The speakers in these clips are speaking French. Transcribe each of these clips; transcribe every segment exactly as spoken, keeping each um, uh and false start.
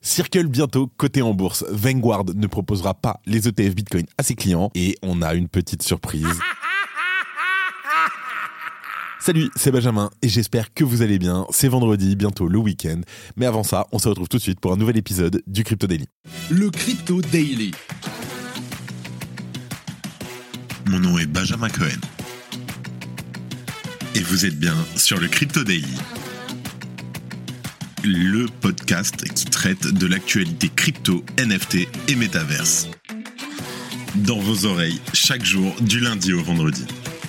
Circle bientôt coté en bourse. Vanguard ne proposera pas les E T F Bitcoin à ses clients et on a une petite surprise. Salut, c'est Benjamin et j'espère que vous allez bien. C'est vendredi, bientôt le week-end. Mais avant ça, on se retrouve tout de suite pour un nouvel épisode du Crypto Daily. Le Crypto Daily. Mon nom est Benjamin Cohen. Et vous êtes bien sur le Crypto Daily. Le podcast qui traite de l'actualité crypto, N F T et métaverse. Dans vos oreilles, chaque jour, du lundi au vendredi.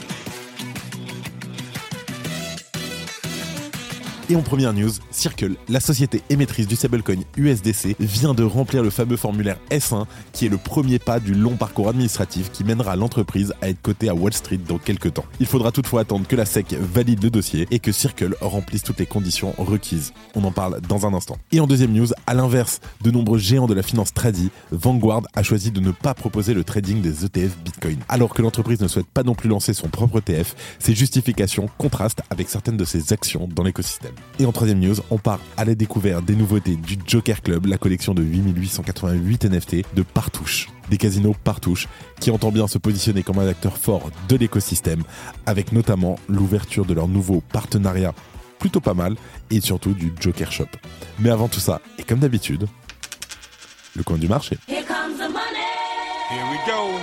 Et en première news, Circle, la société émettrice du stablecoin U S D C, vient de remplir le fameux formulaire S un, qui est le premier pas du long parcours administratif qui mènera l'entreprise à être cotée à Wall Street dans quelques temps. Il faudra toutefois attendre que la S E C valide le dossier et que Circle remplisse toutes les conditions requises. On en parle dans un instant. Et en deuxième news, à l'inverse de nombreux géants de la finance tradie, Vanguard a choisi de ne pas proposer le trading des E T F Bitcoin. Alors que l'entreprise ne souhaite pas non plus lancer son propre E T F, ses justifications contrastent avec certaines de ses actions dans l'écosystème. Et en troisième news, on part à la découverte des nouveautés du Joker Club, la collection de huit mille huit cent quatre-vingt-huit N F T de Partouche, des casinos Partouche, qui entend bien se positionner comme un acteur fort de l'écosystème, avec notamment l'ouverture de leur nouveau partenariat plutôt pas mal, et surtout du Joker Shop. Mais avant tout ça, et comme d'habitude, le coin du marché. Here comes the money. Here we go.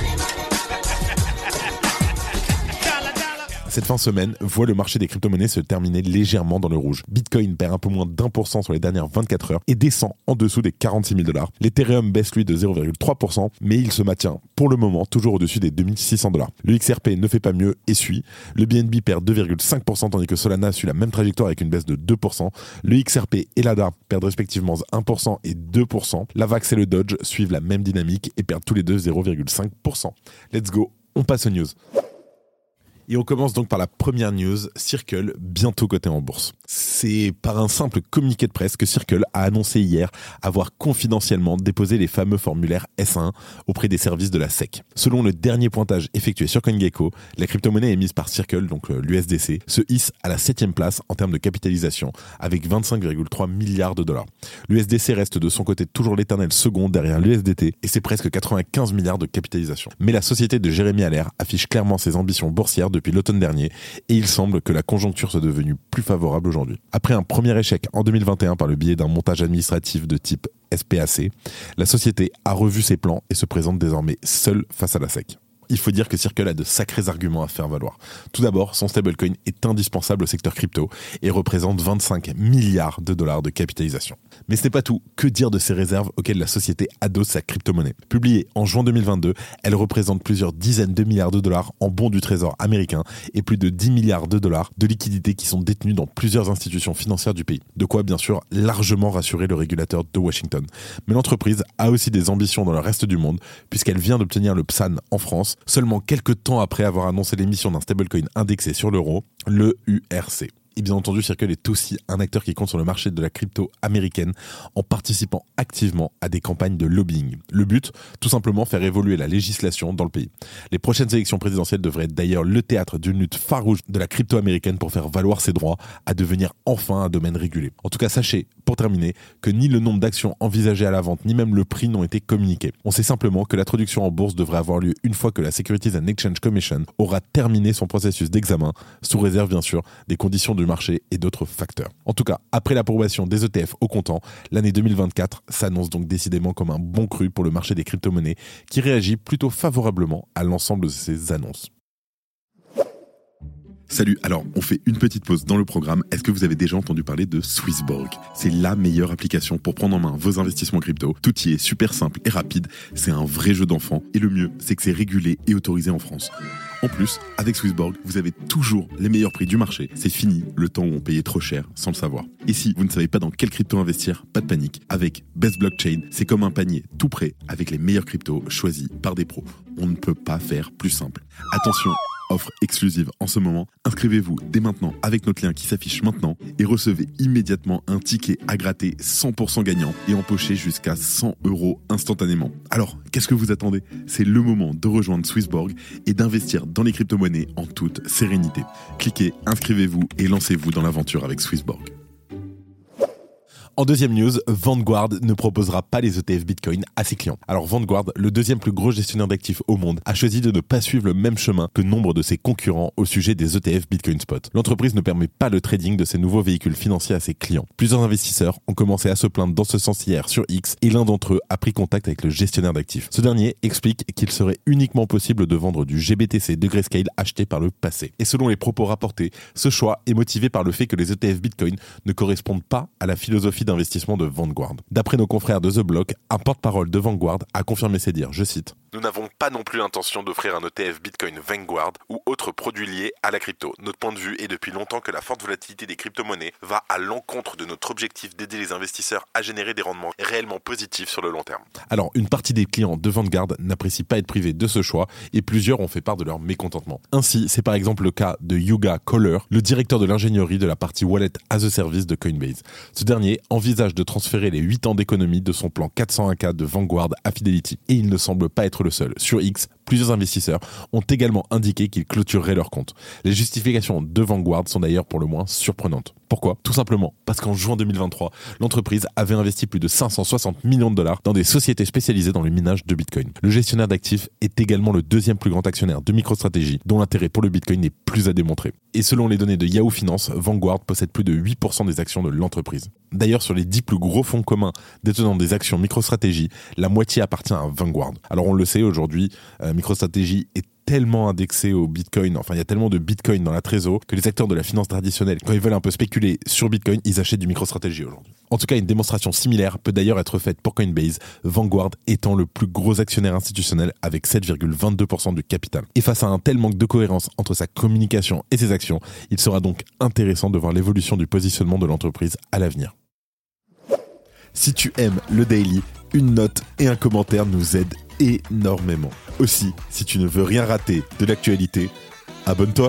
Cette fin de semaine voit le marché des crypto-monnaies se terminer légèrement dans le rouge. Bitcoin perd un peu moins d'un pour cent sur les dernières vingt-quatre heures et descend en dessous des quarante-six mille dollars. L'Ethereum baisse lui de zéro virgule trois pour cent, mais il se maintient pour le moment toujours au-dessus des deux mille six cents dollars. Le X R P ne fait pas mieux et suit. Le B N B perd deux virgule cinq pour cent tandis que Solana suit la même trajectoire avec une baisse de deux pour cent. Le X R P et l'A D A perdent respectivement un pour cent et deux pour cent. L'Avax et le Dodge suivent la même dynamique et perdent tous les deux zéro virgule cinq pour cent. Let's go, on passe aux news. Et on commence donc par la première news, Circle, bientôt coté en bourse. C'est par un simple communiqué de presse que Circle a annoncé hier avoir confidentiellement déposé les fameux formulaires S un auprès des services de la S E C. Selon le dernier pointage effectué sur CoinGecko, la crypto-monnaie émise par Circle, donc l'U S D C, se hisse à la septième place en termes de capitalisation, avec vingt-cinq virgule trois milliards de dollars. L'U S D C reste de son côté toujours l'éternel second derrière l'U S D T, et c'est presque quatre-vingt-quinze milliards de capitalisation. Mais la société de Jérémy Allaire affiche clairement ses ambitions boursières depuis l'automne dernier, et il semble que la conjoncture soit devenue plus favorable aujourd'hui. Après un premier échec en deux mille vingt et un par le biais d'un montage administratif de type S P A C, la société a revu ses plans et se présente désormais seule face à la S E C. Il faut dire que Circle a de sacrés arguments à faire valoir. Tout d'abord, son stablecoin est indispensable au secteur crypto et représente vingt-cinq milliards de dollars de capitalisation. Mais ce n'est pas tout. Que dire de ces réserves auxquelles la société adosse sa crypto-monnaie ? Publiée en juin deux mille vingt-deux, elle représente plusieurs dizaines de milliards de dollars en bons du trésor américain et plus de dix milliards de dollars de liquidités qui sont détenues dans plusieurs institutions financières du pays. De quoi, bien sûr, largement rassurer le régulateur de Washington. Mais l'entreprise a aussi des ambitions dans le reste du monde, puisqu'elle vient d'obtenir le P S A N en France, seulement quelques temps après avoir annoncé l'émission d'un stablecoin indexé sur l'euro, le U R C. Et bien entendu, Circle est aussi un acteur qui compte sur le marché de la crypto américaine en participant activement à des campagnes de lobbying. Le but, tout simplement faire évoluer la législation dans le pays. Les prochaines élections présidentielles devraient être d'ailleurs le théâtre d'une lutte farouche de la crypto américaine pour faire valoir ses droits à devenir enfin un domaine régulé. En tout cas, sachez, pour terminer, que ni le nombre d'actions envisagées à la vente, ni même le prix n'ont été communiqués. On sait simplement que l'introduction en bourse devrait avoir lieu une fois que la Securities and Exchange Commission aura terminé son processus d'examen, sous réserve bien sûr des conditions de marché et d'autres facteurs. En tout cas, après l'approbation des E T F au comptant, l'année deux mille vingt-quatre s'annonce donc décidément comme un bon cru pour le marché des crypto-monnaies qui réagit plutôt favorablement à l'ensemble de ces annonces. Salut, alors on fait une petite pause dans le programme. Est-ce que vous avez déjà entendu parler de Swissborg ? C'est la meilleure application pour prendre en main vos investissements crypto. Tout y est super simple et rapide, c'est un vrai jeu d'enfant. Et le mieux, c'est que c'est régulé et autorisé en France. En plus, avec Swissborg, vous avez toujours les meilleurs prix du marché. C'est fini le temps où on payait trop cher sans le savoir. Et si vous ne savez pas dans quelle crypto investir, pas de panique. Avec Best Blockchain, c'est comme un panier tout prêt avec les meilleurs cryptos choisis par des pros. On ne peut pas faire plus simple. Attention, offre exclusive en ce moment. Inscrivez-vous dès maintenant avec notre lien qui s'affiche maintenant et recevez immédiatement un ticket à gratter cent pour cent gagnant et empocher jusqu'à cent euros instantanément. Alors, qu'est-ce que vous attendez ? C'est le moment de rejoindre Swissborg et d'investir dans les crypto-monnaies en toute sérénité. Cliquez, inscrivez-vous et lancez-vous dans l'aventure avec Swissborg. En deuxième news, Vanguard ne proposera pas les E T F Bitcoin à ses clients. Alors Vanguard, le deuxième plus gros gestionnaire d'actifs au monde, a choisi de ne pas suivre le même chemin que nombre de ses concurrents au sujet des E T F Bitcoin Spot. L'entreprise ne permet pas le trading de ces nouveaux véhicules financiers à ses clients. Plusieurs investisseurs ont commencé à se plaindre dans ce sens hier sur X et l'un d'entre eux a pris contact avec le gestionnaire d'actifs. Ce dernier explique qu'il serait uniquement possible de vendre du G B T C de Grayscale acheté par le passé. Et selon les propos rapportés, ce choix est motivé par le fait que les E T F Bitcoin ne correspondent pas à la philosophie d'investissement de Vanguard. D'après nos confrères de The Block, un porte-parole de Vanguard a confirmé ces dires, je cite. Nous n'avons pas non plus l'intention d'offrir un E T F Bitcoin Vanguard ou autre produit lié à la crypto. Notre point de vue est depuis longtemps que la forte volatilité des crypto-monnaies va à l'encontre de notre objectif d'aider les investisseurs à générer des rendements réellement positifs sur le long terme. Alors, une partie des clients de Vanguard n'apprécient pas être privés de ce choix et plusieurs ont fait part de leur mécontentement. Ainsi, c'est par exemple le cas de Yuga Kohler, le directeur de l'ingénierie de la partie Wallet as a Service de Coinbase. Ce dernier envisage de transférer les huit ans d'économie de son plan quatre cent un K de Vanguard à Fidelity. Et il ne semble pas être le seul. Sur X, plusieurs investisseurs ont également indiqué qu'ils clôtureraient leur compte. Les justifications de Vanguard sont d'ailleurs pour le moins surprenantes. Pourquoi ? Tout simplement parce qu'en juin deux mille vingt-trois, l'entreprise avait investi plus de cinq cent soixante millions de dollars dans des sociétés spécialisées dans le minage de Bitcoin. Le gestionnaire d'actifs est également le deuxième plus grand actionnaire de MicroStrategy, dont l'intérêt pour le Bitcoin n'est plus à démontrer. Et selon les données de Yahoo Finance, Vanguard possède plus de huit pour cent des actions de l'entreprise. D'ailleurs, sur les dix plus gros fonds communs détenant des actions MicroStrategy, la moitié appartient à Vanguard. Alors on le sait aujourd'hui, euh, MicroStrategy est tellement indexé au Bitcoin, enfin il y a tellement de Bitcoin dans la trésor que les acteurs de la finance traditionnelle, quand ils veulent un peu spéculer sur Bitcoin, ils achètent du MicroStrategy aujourd'hui. En tout cas, une démonstration similaire peut d'ailleurs être faite pour Coinbase, Vanguard étant le plus gros actionnaire institutionnel avec sept virgule vingt-deux pour cent du capital. Et face à un tel manque de cohérence entre sa communication et ses actions, il sera donc intéressant de voir l'évolution du positionnement de l'entreprise à l'avenir. Si tu aimes le Daily, une note et un commentaire nous aident énormément. Aussi, si tu ne veux rien rater de l'actualité, abonne-toi.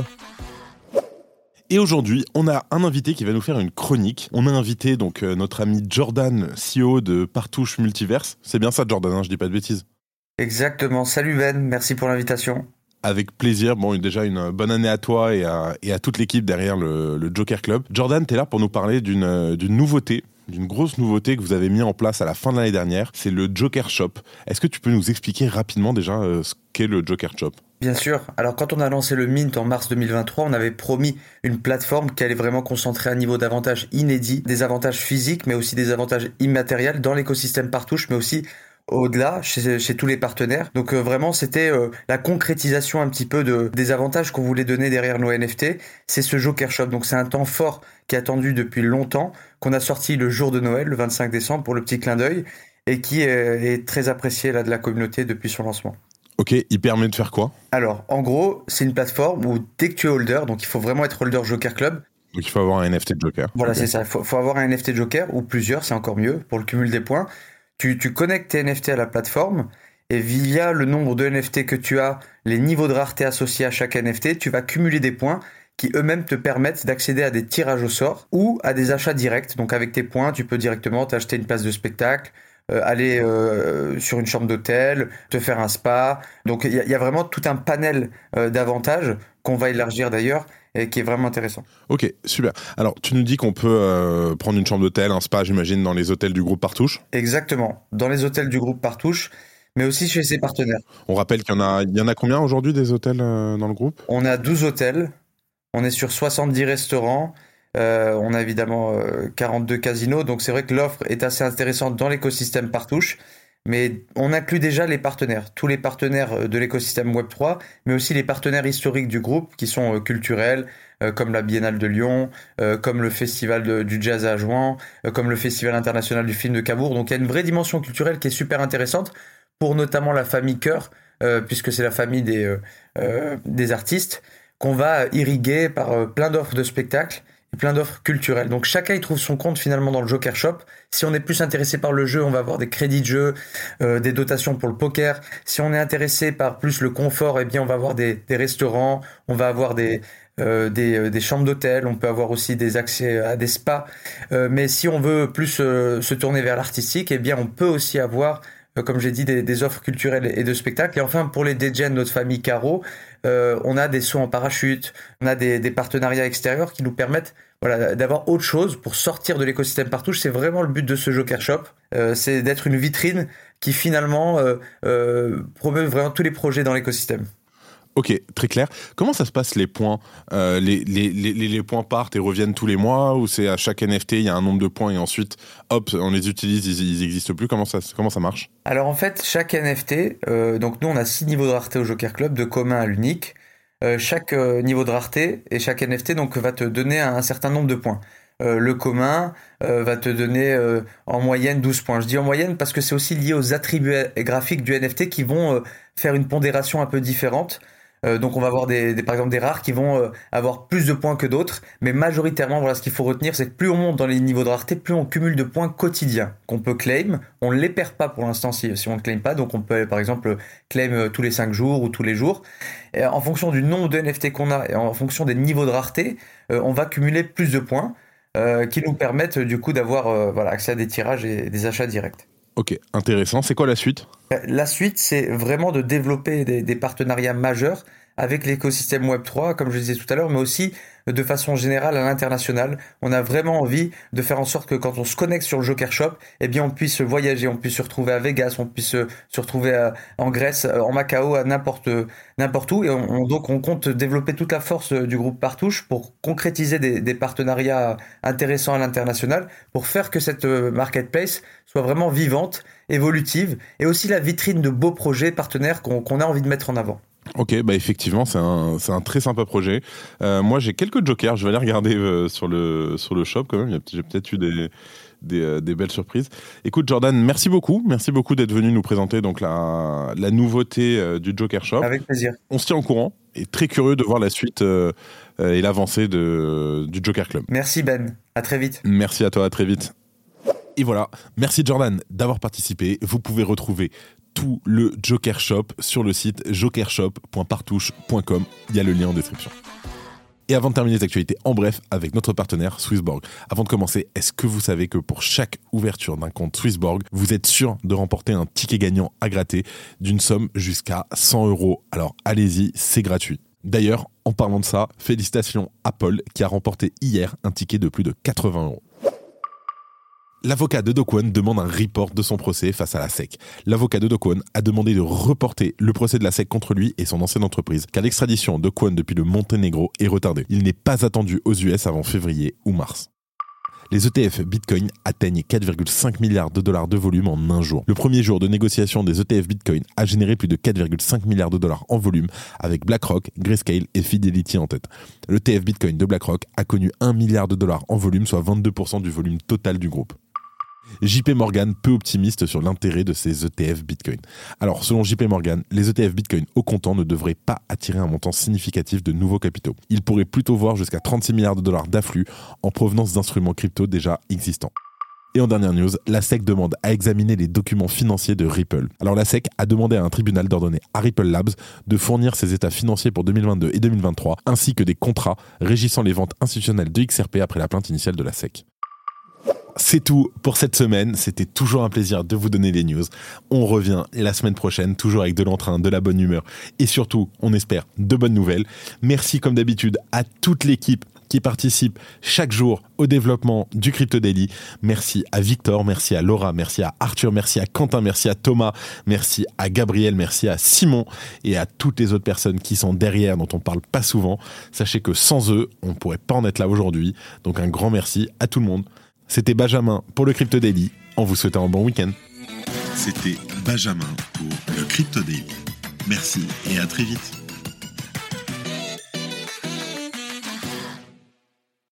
Et aujourd'hui, on a un invité qui va nous faire une chronique. On a invité donc euh, notre ami Jordan, C E O de Partouche Multiverse. C'est bien ça, Jordan, hein, je dis pas de bêtises. Exactement. Salut Ben, merci pour l'invitation. Avec plaisir. Bon, déjà une bonne année à toi et à, et à toute l'équipe derrière le, le Joker Club. Jordan, t'es là pour nous parler d'une, d'une nouveauté. d'une grosse nouveauté que vous avez mis en place à la fin de l'année dernière, c'est le Joker Shop. Est-ce que tu peux nous expliquer rapidement déjà euh, ce qu'est le Joker Shop ? Bien sûr. Alors quand on a lancé le Mint en mars deux mille vingt-trois, on avait promis une plateforme qui allait vraiment concentrer un niveau d'avantages inédit, des avantages physiques mais aussi des avantages immatériels dans l'écosystème Partouche, mais aussi au-delà, chez, chez tous les partenaires. Donc euh, vraiment, c'était euh, la concrétisation un petit peu de, des avantages qu'on voulait donner derrière nos N F T. C'est ce Joker Shop. Donc c'est un temps fort qui est attendu depuis longtemps, qu'on a sorti le jour de Noël, le vingt-cinq décembre, pour le petit clin d'œil, et qui est, est très apprécié là, de la communauté depuis son lancement. Ok, il permet de faire quoi ? Alors, en gros, c'est une plateforme où dès que tu es holder, donc il faut vraiment être holder Joker Club. Donc il faut avoir un N F T de Joker. Voilà, okay. C'est ça. Il faut, faut avoir un N F T Joker, ou plusieurs, c'est encore mieux, pour le cumul des points. Tu, tu connectes tes N F T à la plateforme et via le nombre de N F T que tu as, les niveaux de rareté associés à chaque N F T, tu vas cumuler des points qui eux-mêmes te permettent d'accéder à des tirages au sort ou à des achats directs. Donc avec tes points, tu peux directement t'acheter une place de spectacle, euh, aller euh, sur une chambre d'hôtel, te faire un spa. Donc il y, y a vraiment tout un panel euh, d'avantages qu'on va élargir d'ailleurs, et qui est vraiment intéressant. Ok, super. Alors, tu nous dis qu'on peut euh, prendre une chambre d'hôtel, un spa, j'imagine, dans les hôtels du groupe Partouche ? Exactement, dans les hôtels du groupe Partouche, mais aussi chez ses partenaires. On rappelle qu'il y en a, il y en a combien aujourd'hui des hôtels euh, dans le groupe ? On a douze hôtels, on est sur soixante-dix restaurants, euh, on a évidemment euh, quarante-deux casinos, donc c'est vrai que l'offre est assez intéressante dans l'écosystème Partouche. Mais on inclut déjà les partenaires, tous les partenaires de l'écosystème web trois, mais aussi les partenaires historiques du groupe qui sont euh, culturels, euh, comme la Biennale de Lyon, euh, comme le Festival de, du Jazz à Juan, euh, comme le Festival international du film de Cabourg. Donc il y a une vraie dimension culturelle qui est super intéressante pour notamment la famille Cœur, euh, puisque c'est la famille des, euh, euh, des artistes, qu'on va irriguer par euh, plein d'offres de spectacles et plein d'offres culturelles. Donc chacun y trouve son compte finalement dans le Joker Shop. Si on est plus intéressé par le jeu, on va avoir des crédits de jeu, euh, des dotations pour le poker. Si on est intéressé par plus le confort, eh bien on va avoir des, des restaurants, on va avoir des, euh, des, euh, des chambres d'hôtel, on peut avoir aussi des accès à des spas. Euh, mais si on veut plus euh, se tourner vers l'artistique, eh bien on peut aussi avoir, euh, comme j'ai dit, des, des offres culturelles et de spectacles. Et enfin, pour les D J de notre famille Caro, Euh, on a des sauts en parachute, on a des, des partenariats extérieurs qui nous permettent voilà, d'avoir autre chose pour sortir de l'écosystème Partouche. C'est vraiment le but de ce Joker Shop. Euh, c'est d'être une vitrine qui finalement euh, euh, promeut vraiment tous les projets dans l'écosystème. Ok, très clair. Comment ça se passe les points euh, les, les, les, les points partent et reviennent tous les mois, ou c'est à chaque N F T, il y a un nombre de points et ensuite, hop, on les utilise, ils n'existent plus. Comment ça, comment ça marche ? Alors en fait, chaque N F T, euh, donc nous on a six niveaux de rareté au Joker Club, de commun à l'unique. Euh, chaque euh, niveau de rareté et chaque N F T donc, va te donner un, un certain nombre de points. Euh, le commun euh, va te donner euh, en moyenne douze points. Je dis en moyenne parce que c'est aussi lié aux attributs graphiques du N F T qui vont euh, faire une pondération un peu différente. Euh, donc on va avoir des, des, par exemple des rares qui vont euh, avoir plus de points que d'autres, mais majoritairement, voilà, ce qu'il faut retenir, c'est que plus on monte dans les niveaux de rareté, plus on cumule de points quotidiens qu'on peut claim. On ne les perd pas pour l'instant si, si on ne claim pas, donc on peut par exemple claim euh, tous les cinq jours ou tous les jours. Et en fonction du nombre de N F T qu'on a et en fonction des niveaux de rareté, euh, on va cumuler plus de points euh, qui nous permettent du coup d'avoir euh, voilà, accès à des tirages et des achats directs. Ok, intéressant. C'est quoi la suite ? La suite, c'est vraiment de développer des, des partenariats majeurs avec l'écosystème Web trois, comme je disais tout à l'heure, mais aussi de façon générale à l'international. On a vraiment envie de faire en sorte que quand on se connecte sur le Joker Shop, eh bien on puisse voyager, on puisse se retrouver à Vegas, on puisse se, se retrouver à, en Grèce, en Macao, à n'importe n'importe où. Et on, on, donc on compte développer toute la force du groupe Partouche pour concrétiser des, des partenariats intéressants à l'international, pour faire que cette marketplace soit vraiment vivante, évolutive, et aussi la vitrine de beaux projets partenaires qu'on, qu'on a envie de mettre en avant. Ok, bah effectivement, c'est un, c'est un très sympa projet. Euh, moi, j'ai quelques jokers, je vais aller regarder euh, sur, le, sur le shop quand même, j'ai peut-être eu des, des, euh, des belles surprises. Écoute Jordan, merci beaucoup, merci beaucoup d'être venu nous présenter donc la, la nouveauté euh, du Joker Shop. Avec plaisir. On se tient au courant et très curieux de voir la suite euh, euh, et l'avancée de, du Joker Club. Merci Ben, à très vite. Merci à toi, à très vite. Et voilà, merci Jordan d'avoir participé. Vous pouvez retrouver tout le Joker Shop sur le site jokershop point partouche point com. Il y a le lien en description. Et avant de terminer les actualités, en bref, avec notre partenaire Swissborg. Avant de commencer, est-ce que vous savez que pour chaque ouverture d'un compte Swissborg, vous êtes sûr de remporter un ticket gagnant à gratter d'une somme jusqu'à cent euros. Alors allez-y, c'est gratuit. D'ailleurs, en parlant de ça, félicitations à Paul qui a remporté hier un ticket de plus de quatre-vingts euros. L'avocat de Do Kwon demande un report de son procès face à la S E C. L'avocat de Do Kwon a demandé de reporter le procès de la S E C contre lui et son ancienne entreprise, car l'extradition de Kwon depuis le Monténégro est retardée. Il n'est pas attendu aux U S avant février ou mars. Les E T F Bitcoin atteignent quatre virgule cinq milliards de dollars de volume en un jour. Le premier jour de négociation des E T F Bitcoin a généré plus de quatre virgule cinq milliards de dollars en volume, avec BlackRock, Grayscale et Fidelity en tête. Le E T F Bitcoin de BlackRock a connu un milliard de dollars en volume, soit vingt-deux pour cent du volume total du groupe. J P Morgan, peu optimiste sur l'intérêt de ces E T F Bitcoin. Alors, selon J P Morgan, les E T F Bitcoin au comptant ne devraient pas attirer un montant significatif de nouveaux capitaux. Ils pourraient plutôt voir jusqu'à trente-six milliards de dollars d'afflux en provenance d'instruments crypto déjà existants. Et en dernière news, la S E C demande à examiner les documents financiers de Ripple. Alors la S E C a demandé à un tribunal d'ordonner à Ripple Labs de fournir ses états financiers pour deux mille vingt-deux et deux mille vingt-trois, ainsi que des contrats régissant les ventes institutionnelles de X R P après la plainte initiale de la S E C. C'est tout pour cette semaine, c'était toujours un plaisir de vous donner les news. On revient la semaine prochaine, toujours avec de l'entrain, de la bonne humeur et surtout, on espère, de bonnes nouvelles. Merci comme d'habitude à toute l'équipe qui participe chaque jour au développement du Crypto Daily. Merci à Victor, merci à Laura, merci à Arthur, merci à Quentin, merci à Thomas, merci à Gabriel, merci à Simon et à toutes les autres personnes qui sont derrière, dont on parle pas souvent. Sachez que sans eux, on pourrait pas en être là aujourd'hui. Donc un grand merci à tout le monde. C'était Benjamin pour le Crypto Daily, en vous souhaitant un bon week-end. C'était Benjamin pour le Crypto Daily. Merci et à très vite.